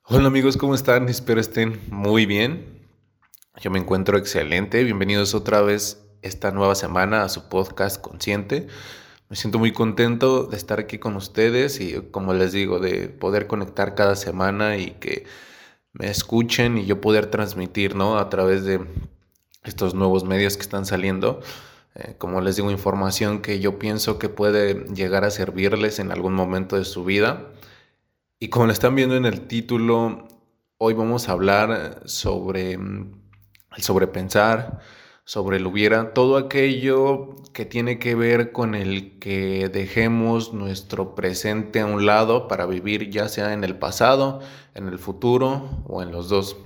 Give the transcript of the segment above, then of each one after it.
Hola amigos, ¿cómo están? Espero estén muy bien. Yo me encuentro excelente. Bienvenidos otra vez esta nueva semana a su podcast Consciente. Me siento muy contento de estar aquí con ustedes y como les digo, de poder conectar cada semana y que me escuchen y yo poder transmitir, ¿no? A través de estos nuevos medios que están saliendo. Como les digo, información que yo pienso que puede llegar a servirles en algún momento de su vida. Y como lo están viendo en el título, hoy vamos a hablar sobre el sobrepensar, sobre el hubiera, todo aquello que tiene que ver con el que dejemos nuestro presente a un lado para vivir ya sea en el pasado, en el futuro o en los dos.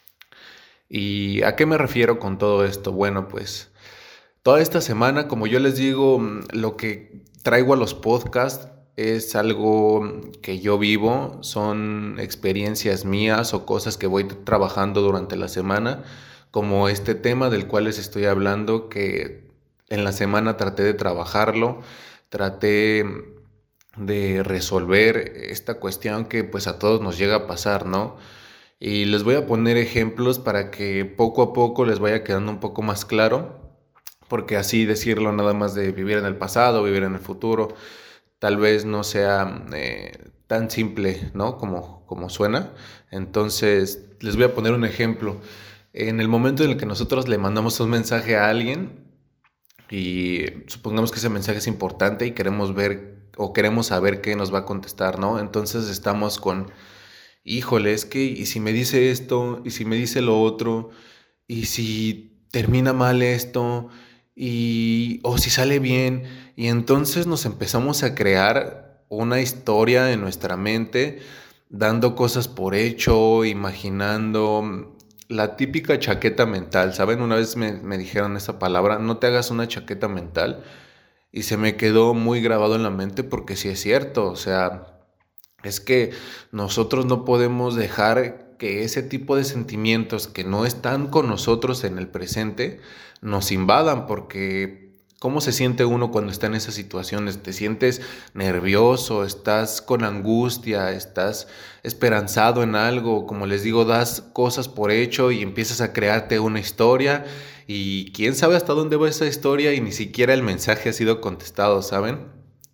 ¿Y a qué me refiero con todo esto? Bueno, pues toda esta semana, como yo les digo, lo que traigo a los podcasts es algo que yo vivo, son experiencias mías o cosas que voy trabajando durante la semana, como este tema del cual les estoy hablando, que en la semana traté de trabajarlo, traté de resolver esta cuestión que pues a todos nos llega a pasar, ¿no? Y les voy a poner ejemplos para que poco a poco les vaya quedando un poco más claro porque así decirlo nada más de vivir en el pasado, vivir en el futuro, tal vez no sea tan simple, ¿no? Como suena. Entonces, les voy a poner un ejemplo. En el momento en el que nosotros le mandamos un mensaje a alguien y supongamos que ese mensaje es importante y queremos ver o queremos saber qué nos va a contestar, ¿no? Entonces estamos con, híjole, es que, ¿y si me dice esto? ¿Y si me dice lo otro? ¿Y si termina mal esto? O si sale bien. Y entonces nos empezamos a crear una historia en nuestra mente, dando cosas por hecho, imaginando la típica chaqueta mental. ¿Saben? Una vez me dijeron esa palabra, no te hagas una chaqueta mental. Y se me quedó muy grabado en la mente porque sí es cierto. O sea, es que nosotros no podemos dejar que ese tipo de sentimientos que no están con nosotros en el presente nos invadan, porque ¿cómo se siente uno cuando está en esas situaciones? ¿Te sientes nervioso? ¿Estás con angustia? ¿Estás esperanzado en algo? Como les digo, das cosas por hecho y empiezas a crearte una historia y quién sabe hasta dónde va esa historia y ni siquiera el mensaje ha sido contestado, ¿saben?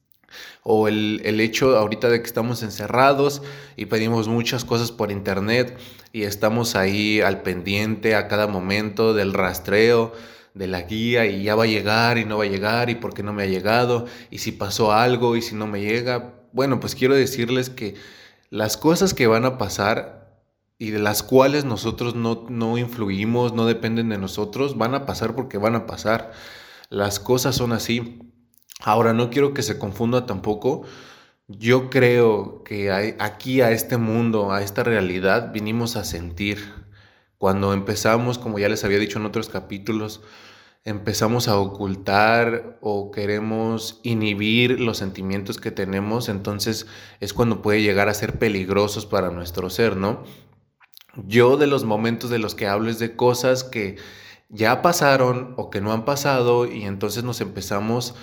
O el hecho ahorita de que estamos encerrados y pedimos muchas cosas por internet y estamos ahí al pendiente a cada momento del rastreo, de la guía y ya va a llegar y no va a llegar y por qué no me ha llegado y si pasó algo y si no me llega. Bueno, pues quiero decirles que las cosas que van a pasar y de las cuales nosotros no influimos, no dependen de nosotros, van a pasar porque van a pasar. Las cosas son así. Ahora, no quiero que se confunda tampoco. Yo creo que aquí a este mundo, a esta realidad, vinimos a sentir. Cuando empezamos, como ya les había dicho en otros capítulos, empezamos a ocultar o queremos inhibir los sentimientos que tenemos, entonces es cuando puede llegar a ser peligrosos para nuestro ser, ¿no? Yo de los momentos de los que hablo es de cosas que ya pasaron o que no han pasado y entonces nos empezamos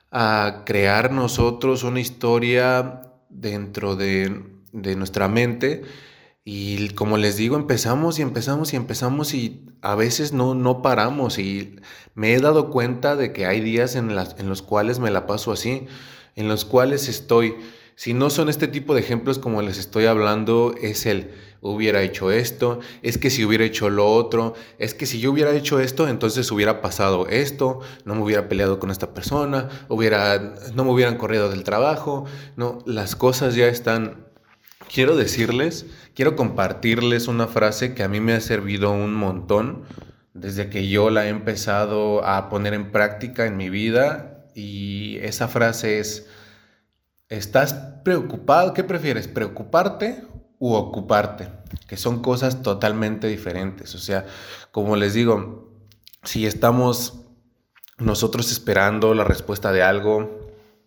a crear nosotros una historia dentro de nuestra mente y como les digo, empezamos y empezamos y empezamos y a veces no paramos y me he dado cuenta de que hay días en los cuales me la paso así, en los cuales estoy, si no son este tipo de ejemplos como les estoy hablando, es el hubiera hecho esto, es que si hubiera hecho lo otro, es que si yo hubiera hecho esto, entonces hubiera pasado esto, no me hubiera peleado con esta persona, no me hubieran corrido del trabajo, no, las cosas ya están. Quiero compartirles una frase que a mí me ha servido un montón desde que yo la he empezado a poner en práctica en mi vida y esa frase es, ¿estás preocupado? ¿Qué prefieres? ¿Preocuparte u ocuparte? Que son cosas totalmente diferentes. O sea, como les digo, si estamos nosotros esperando la respuesta de algo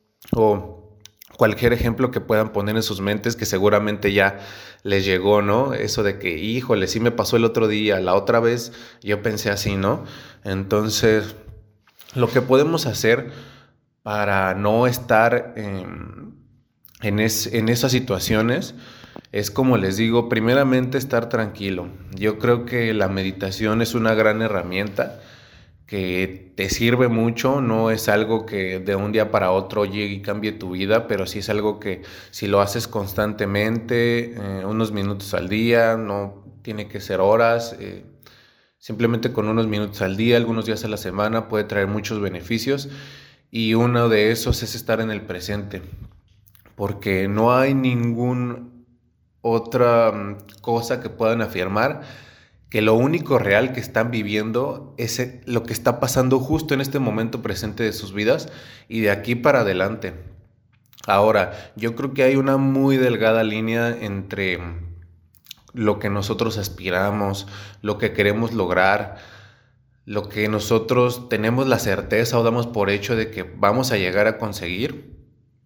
o cualquier ejemplo que puedan poner en sus mentes que seguramente ya les llegó, ¿no? Eso de que, híjole, sí me pasó el otro día, la otra vez yo pensé así, ¿no? Entonces, lo que podemos hacer para no estar en esas situaciones Es como les digo, primeramente estar tranquilo. Yo creo que la meditación es una gran herramienta que te sirve mucho, no es algo que de un día para otro llegue y cambie tu vida, pero sí es algo que si lo haces constantemente, unos minutos al día, no tiene que ser horas, simplemente con unos minutos al día, algunos días a la semana puede traer muchos beneficios y uno de esos es estar en el presente, porque no hay ningún otra cosa que puedan afirmar que lo único real que están viviendo es lo que está pasando justo en este momento presente de sus vidas y de aquí para adelante. Ahora, yo creo que hay una muy delgada línea entre lo que nosotros aspiramos, lo que queremos lograr, lo que nosotros tenemos la certeza o damos por hecho de que vamos a llegar a conseguir.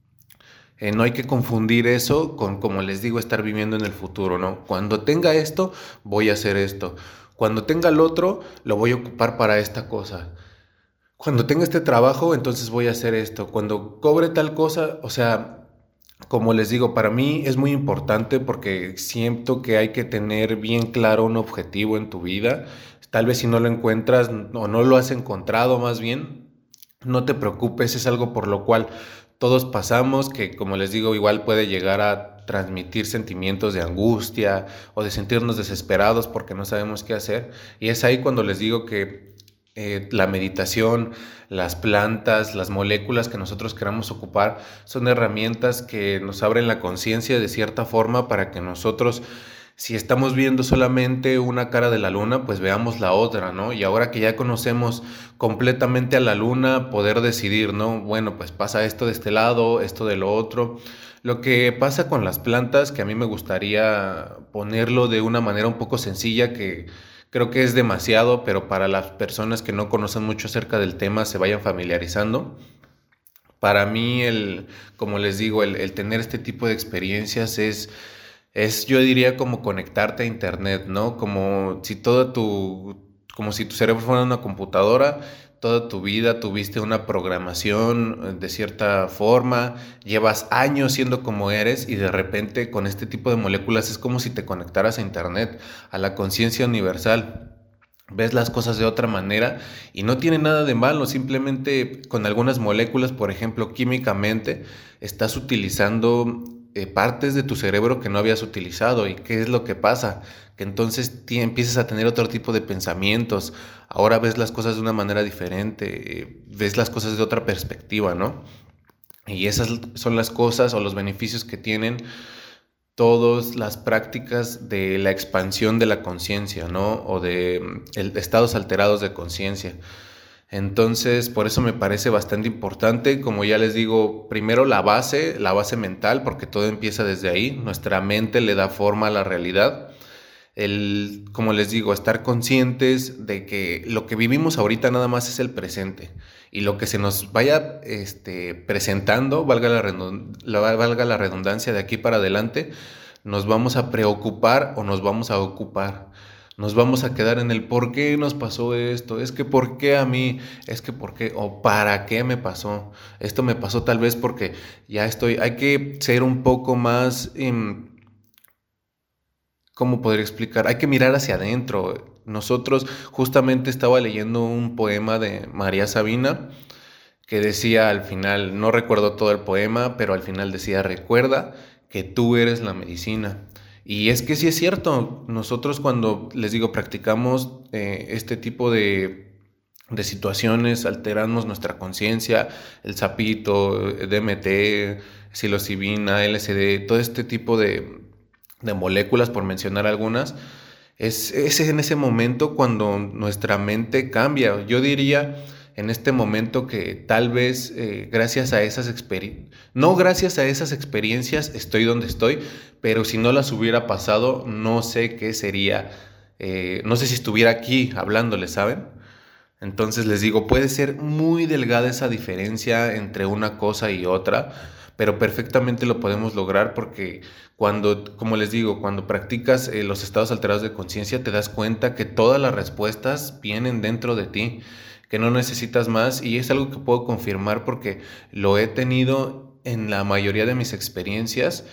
No hay que confundir eso con, como les digo, estar viviendo en el futuro, ¿no? Cuando tenga esto, voy a hacer esto. Cuando tenga el otro, lo voy a ocupar para esta cosa. Cuando tenga este trabajo, entonces voy a hacer esto. Cuando cobre tal cosa, o sea, como les digo, para mí es muy importante porque siento que hay que tener bien claro un objetivo en tu vida. Tal vez si no lo encuentras o no lo has encontrado más bien, no te preocupes, es algo por lo cual todos pasamos, que como les digo, igual puede llegar a transmitir sentimientos de angustia o de sentirnos desesperados porque no sabemos qué hacer. Y es ahí cuando les digo que la meditación, las plantas, las moléculas que nosotros queramos ocupar son herramientas que nos abren la conciencia de cierta forma para que nosotros, si estamos viendo solamente una cara de la luna, pues veamos la otra, ¿no? Y ahora que ya conocemos completamente a la luna, poder decidir, ¿no? Bueno, pues pasa esto de este lado, esto de lo otro. Lo que pasa con las plantas, que a mí me gustaría ponerlo de una manera un poco sencilla, que creo que es demasiado, pero para las personas que no conocen mucho acerca del tema se vayan familiarizando. Para mí, como les digo, el tener este tipo de experiencias yo diría como conectarte a internet, ¿no? Como si tu cerebro fuera una computadora, toda tu vida tuviste una programación de cierta forma, llevas años siendo como eres y de repente con este tipo de moléculas es como si te conectaras a internet, a la conciencia universal. Ves las cosas de otra manera y no tiene nada de malo, simplemente con algunas moléculas, por ejemplo, químicamente, estás utilizando partes de tu cerebro que no habías utilizado. ¿Y qué es lo que pasa? Que entonces empiezas a tener otro tipo de pensamientos, ahora ves las cosas de una manera diferente, ves las cosas de otra perspectiva, ¿no? Y esas son las cosas o los beneficios que tienen todas las prácticas de la expansión de la conciencia, ¿no? O de estados alterados de conciencia. Entonces, por eso me parece bastante importante, como ya les digo, primero la base mental, porque todo empieza desde ahí, nuestra mente le da forma a la realidad. Como les digo, estar conscientes de que lo que vivimos ahorita nada más es el presente y lo que se nos vaya presentando, valga la redundancia de aquí para adelante, nos vamos a preocupar o nos vamos a ocupar. Nos vamos a quedar en el por qué nos pasó esto, es que por qué a mí, es que por qué o para qué me pasó. Esto me pasó tal vez porque hay que ser un poco más... ¿Cómo podría explicar? Hay que mirar hacia adentro. Nosotros justamente estaba leyendo un poema de María Sabina que decía al final, no recuerdo todo el poema, pero al final decía, recuerda que tú eres la medicina. Y es que sí es cierto, nosotros cuando, les digo, practicamos este tipo de situaciones, alteramos nuestra conciencia, el sapito, DMT, psilocibina, LSD, todo este tipo de moléculas, por mencionar algunas, es en ese momento cuando nuestra mente cambia. Yo diría en este momento que tal vez gracias a esas experiencias, no gracias a esas experiencias estoy donde estoy, pero si no las hubiera pasado, no sé qué sería, no sé si estuviera aquí hablándoles, ¿saben? Entonces les digo, puede ser muy delgada esa diferencia entre una cosa y otra, pero perfectamente lo podemos lograr porque como les digo, cuando practicas los estados alterados de conciencia, te das cuenta que todas las respuestas vienen dentro de ti, que no necesitas más y es algo que puedo confirmar porque lo he tenido en la mayoría de mis experiencias.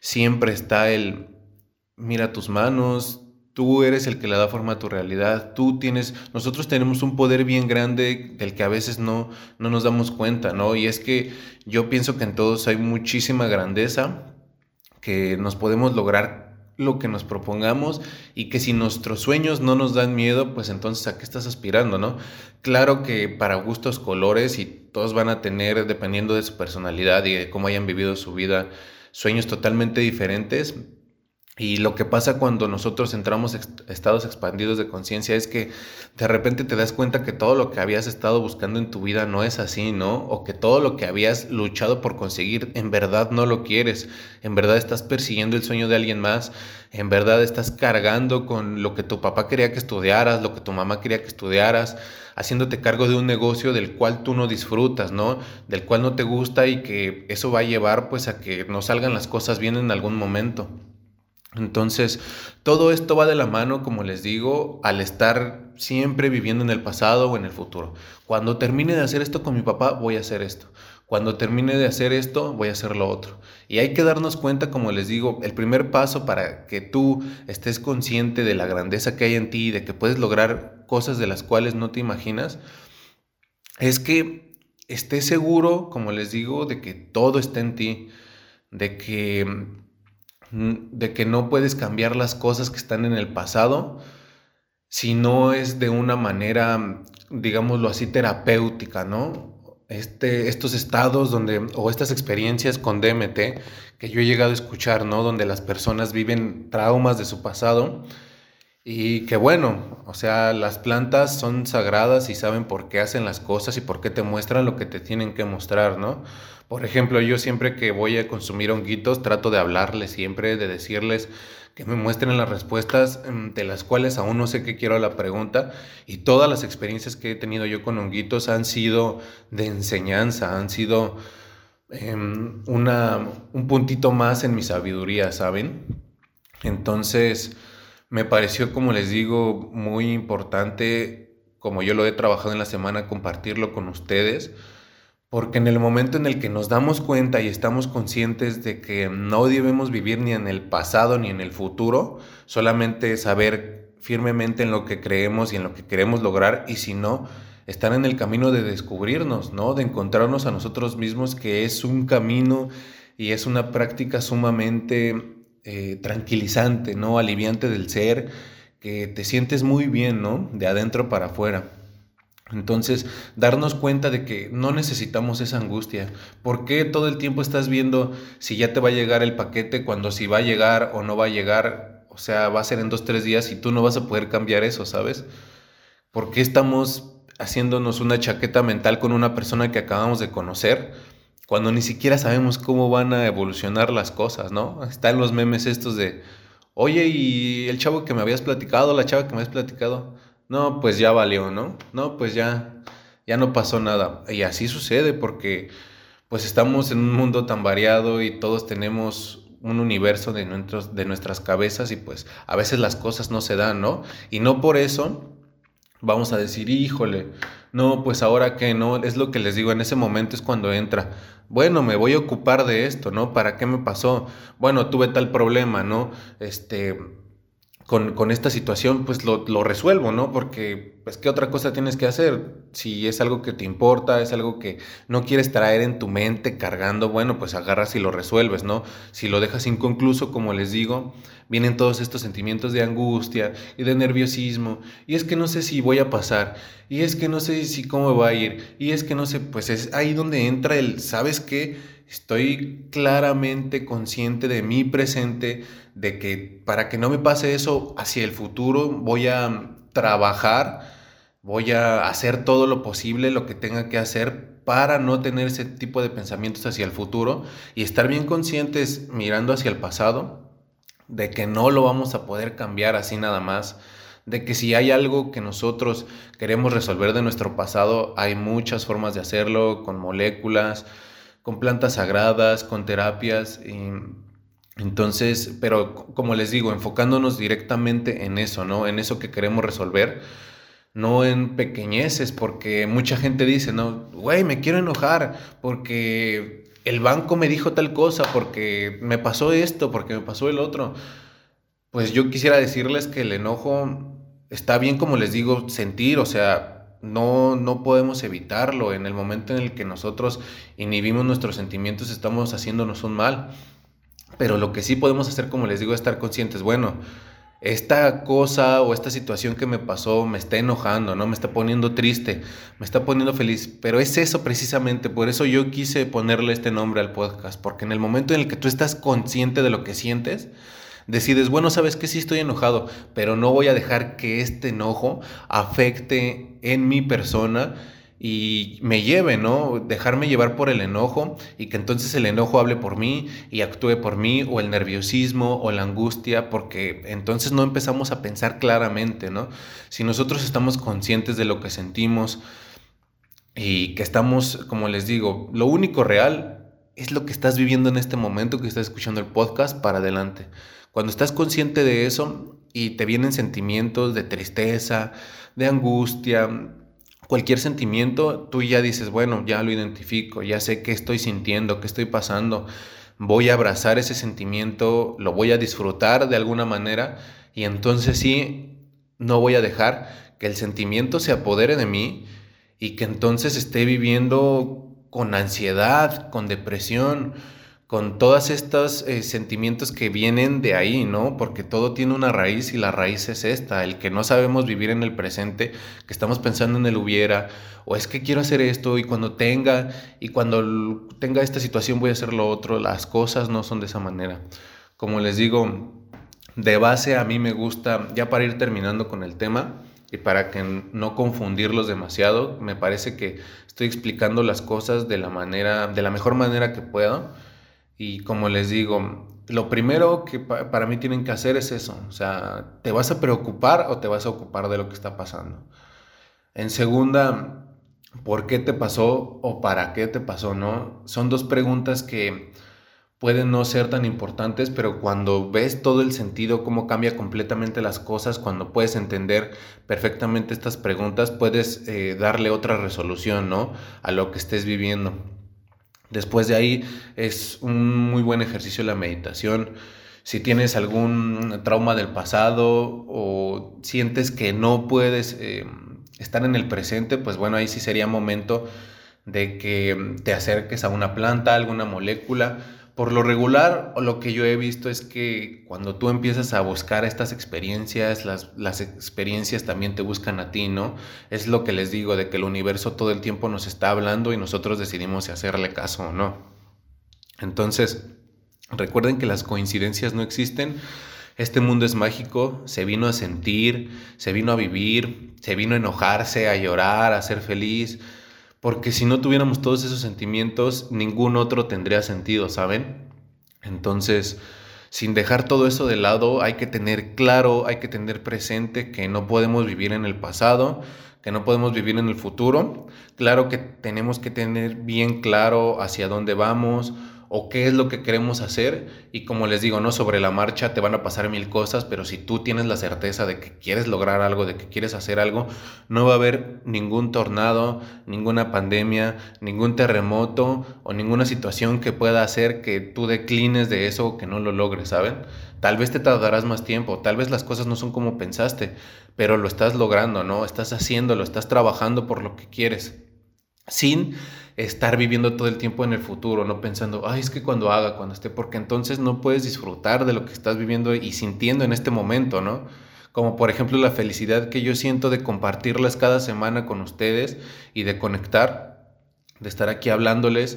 siempre está el mira tus manos, tú eres el que le da forma a tu realidad, nosotros tenemos un poder bien grande del que a veces no nos damos cuenta, ¿no? Y es que yo pienso que en todos hay muchísima grandeza, que nos podemos lograr lo que nos propongamos y que si nuestros sueños no nos dan miedo, pues entonces ¿a qué estás aspirando, no? Claro que para gustos colores y todos van a tener, dependiendo de su personalidad y de cómo hayan vivido su vida, sueños totalmente diferentes. Y lo que pasa cuando nosotros entramos estados expandidos de conciencia es que de repente te das cuenta que todo lo que habías estado buscando en tu vida no es así, ¿no? O que todo lo que habías luchado por conseguir en verdad no lo quieres, en verdad estás persiguiendo el sueño de alguien más, en verdad estás cargando con lo que tu papá quería que estudiaras, lo que tu mamá quería que estudiaras, haciéndote cargo de un negocio del cual tú no disfrutas, ¿no? Del cual no te gusta y que eso va a llevar pues a que no salgan las cosas bien en algún momento. Entonces, todo esto va de la mano, como les digo, al estar siempre viviendo en el pasado o en el futuro. Cuando termine de hacer esto con mi papá, voy a hacer esto. Cuando termine de hacer esto, voy a hacer lo otro. Y hay que darnos cuenta, como les digo, el primer paso para que tú estés consciente de la grandeza que hay en ti, de que puedes lograr cosas de las cuales no te imaginas, es que estés seguro, como les digo, de que todo está en ti, de que no puedes cambiar las cosas que están en el pasado si no es de una manera, digámoslo así, terapéutica, ¿no? Estos estados o estas experiencias con DMT que yo he llegado a escuchar, ¿no? Donde las personas viven traumas de su pasado y que bueno, o sea, las plantas son sagradas y saben por qué hacen las cosas y por qué te muestran lo que te tienen que mostrar, ¿no? Por ejemplo, yo siempre que voy a consumir honguitos trato de hablarles siempre, de decirles que me muestren las respuestas de las cuales aún no sé qué quiero a la pregunta y todas las experiencias que he tenido yo con honguitos han sido de enseñanza, han sido un puntito más en mi sabiduría, ¿saben? Entonces, me pareció, como les digo, muy importante, como yo lo he trabajado en la semana, compartirlo con ustedes, porque en el momento en el que nos damos cuenta y estamos conscientes de que no debemos vivir ni en el pasado ni en el futuro, solamente saber firmemente en lo que creemos y en lo que queremos lograr, y si no, estar en el camino de descubrirnos, ¿no? De encontrarnos a nosotros mismos, que es un camino y es una práctica sumamente tranquilizante, ¿no? Aliviante del ser, que te sientes muy bien, ¿no? De adentro para afuera. Entonces, darnos cuenta de que no necesitamos esa angustia. ¿Por qué todo el tiempo estás viendo si ya te va a llegar el paquete, cuando si va a llegar o no va a llegar? O sea, va a ser en 2, 3 días y tú no vas a poder cambiar eso, ¿sabes? ¿Por qué estamos haciéndonos una chaqueta mental con una persona que acabamos de conocer cuando ni siquiera sabemos cómo van a evolucionar las cosas, ¿no? Están los memes estos de, oye, y el chavo que me habías platicado, la chava que me habías platicado, no, pues ya valió, ¿no? No, pues ya no pasó nada. Y así sucede porque pues estamos en un mundo tan variado y todos tenemos un universo de nuestras cabezas y pues a veces las cosas no se dan, ¿no? Y no por eso vamos a decir, híjole, no, pues ahora qué, no, es lo que les digo, en ese momento es cuando entra, bueno, me voy a ocupar de esto, ¿no? ¿Para qué me pasó? Bueno, tuve tal problema, ¿no? Con esta situación, pues lo resuelvo, ¿no? Porque, pues, ¿qué otra cosa tienes que hacer? Si es algo que te importa, es algo que no quieres traer en tu mente cargando, bueno, pues agarras y lo resuelves, ¿no? Si lo dejas inconcluso, como les digo, vienen todos estos sentimientos de angustia y de nerviosismo, y es que no sé si voy a pasar, y es que no sé si cómo va a ir, y es que no sé, pues es ahí donde entra ¿sabes qué? Estoy claramente consciente de mi presente, de que para que no me pase eso hacia el futuro voy a trabajar, voy a hacer todo lo posible, lo que tenga que hacer para no tener ese tipo de pensamientos hacia el futuro y estar bien conscientes mirando hacia el pasado, de que no lo vamos a poder cambiar así nada más, de que si hay algo que nosotros queremos resolver de nuestro pasado, hay muchas formas de hacerlo, con moléculas, con plantas sagradas, con terapias. Entonces, pero como les digo, enfocándonos directamente en eso, ¿no? En eso que queremos resolver, no en pequeñeces, porque mucha gente dice, no, güey, me quiero enojar porque el banco me dijo tal cosa, porque me pasó esto, porque me pasó el otro. Pues yo quisiera decirles que el enojo está bien, como les digo, sentir, o sea, no podemos evitarlo. En el momento en el que nosotros inhibimos nuestros sentimientos, estamos haciéndonos un mal. Pero lo que sí podemos hacer, como les digo, es estar conscientes. Bueno, esta cosa o esta situación que me pasó me está enojando, ¿no? Me está poniendo triste, me está poniendo feliz, pero es eso precisamente, por eso yo quise ponerle este nombre al podcast, porque en el momento en el que tú estás consciente de lo que sientes, decides, bueno, sabes que sí estoy enojado, pero no voy a dejar que este enojo afecte en mi persona y me lleve, ¿no? Dejarme llevar por el enojo y que entonces el enojo hable por mí y actúe por mí, o el nerviosismo o la angustia, porque entonces no empezamos a pensar claramente, ¿no? Si nosotros estamos conscientes de lo que sentimos y que estamos, como les digo, lo único real es lo que estás viviendo en este momento que estás escuchando el podcast para adelante. Cuando estás consciente de eso y te vienen sentimientos de tristeza, de angustia, cualquier sentimiento, tú ya dices, bueno, ya lo identifico, ya sé qué estoy sintiendo, qué estoy pasando, voy a abrazar ese sentimiento, lo voy a disfrutar de alguna manera y entonces sí, no voy a dejar que el sentimiento se apodere de mí y que entonces esté viviendo con ansiedad, con depresión, con todos estos sentimientos que vienen de ahí, ¿no? Porque todo tiene una raíz y la raíz es esta, el que no sabemos vivir en el presente, que estamos pensando en el hubiera, o es que quiero hacer esto y cuando tenga esta situación voy a hacer lo otro. Las cosas no son de esa manera. Como les digo, de base a mí me gusta, ya para ir terminando con el tema y para que no confundirlos demasiado, me parece que estoy explicando las cosas de la mejor manera que puedo. Y como les digo, lo primero que para mí tienen que hacer es eso. O sea, ¿te vas a preocupar o te vas a ocupar de lo que está pasando? En segunda, ¿por qué te pasó o para qué te pasó, no? Son dos preguntas que pueden no ser tan importantes, pero cuando ves todo el sentido, cómo cambia completamente las cosas, cuando puedes entender perfectamente estas preguntas, puedes darle otra resolución, ¿no? A lo que estés viviendo. Después de ahí es un muy buen ejercicio la meditación. Si tienes algún trauma del pasado o sientes que no puedes estar en el presente, pues bueno, ahí sí sería momento de que te acerques a una planta, alguna molécula. Por lo regular, o lo que yo he visto es que cuando tú empiezas a buscar estas experiencias, las experiencias también te buscan a ti, ¿no? Es lo que les digo, de que el universo todo el tiempo nos está hablando y nosotros decidimos si hacerle caso o no. Entonces, recuerden que las coincidencias no existen. Este mundo es mágico, se vino a sentir, se vino a vivir, se vino a enojarse, a llorar, a ser feliz, porque si no tuviéramos todos esos sentimientos, ningún otro tendría sentido, ¿saben? Entonces, sin dejar todo eso de lado, hay que tener claro, hay que tener presente que no podemos vivir en el pasado, que no podemos vivir en el futuro. Claro que tenemos que tener bien claro hacia dónde vamos o qué es lo que queremos hacer, y como les digo, no, sobre la marcha te van a pasar mil cosas, pero si tú tienes la certeza de que quieres lograr algo, de que quieres hacer algo, no va a haber ningún tornado, ninguna pandemia, ningún terremoto o ninguna situación que pueda hacer que tú declines de eso o que no lo logres, ¿saben? Tal vez te tardarás más tiempo, tal vez las cosas no son como pensaste, pero lo estás logrando, ¿no? Estás haciéndolo, estás trabajando por lo que quieres, sin estar viviendo todo el tiempo en el futuro, no pensando, ay, es que cuando esté, porque entonces no puedes disfrutar de lo que estás viviendo y sintiendo en este momento, ¿no? Como por ejemplo la felicidad que yo siento de compartirlas cada semana con ustedes y de conectar, de estar aquí hablándoles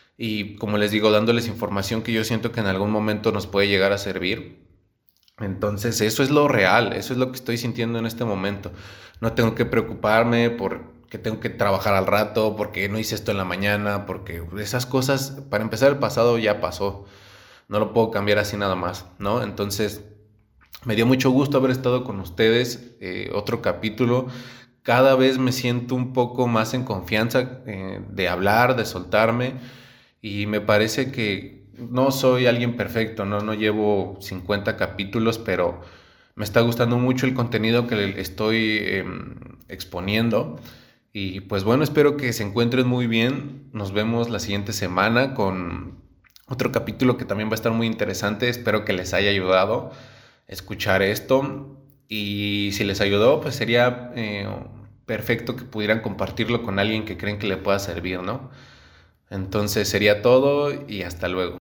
y, como les digo, dándoles información que yo siento que en algún momento nos puede llegar a servir. Entonces, eso es lo real, eso es lo que estoy sintiendo en este momento. No tengo que preocuparme por que tengo que trabajar al rato, porque no hice esto en la mañana, porque esas cosas, para empezar, el pasado ya pasó. No lo puedo cambiar así nada más, ¿no? Entonces, me dio mucho gusto haber estado con ustedes, otro capítulo. Cada vez me siento un poco más en confianza de hablar, de soltarme, y me parece que no soy alguien perfecto, no llevo 50 capítulos, pero me está gustando mucho el contenido que le estoy exponiendo, Y pues bueno, espero que se encuentren muy bien. Nos vemos la siguiente semana con otro capítulo que también va a estar muy interesante. Espero que les haya ayudado escuchar esto. Y si les ayudó, pues sería perfecto que pudieran compartirlo con alguien que creen que le pueda servir, ¿no? Entonces sería todo y hasta luego.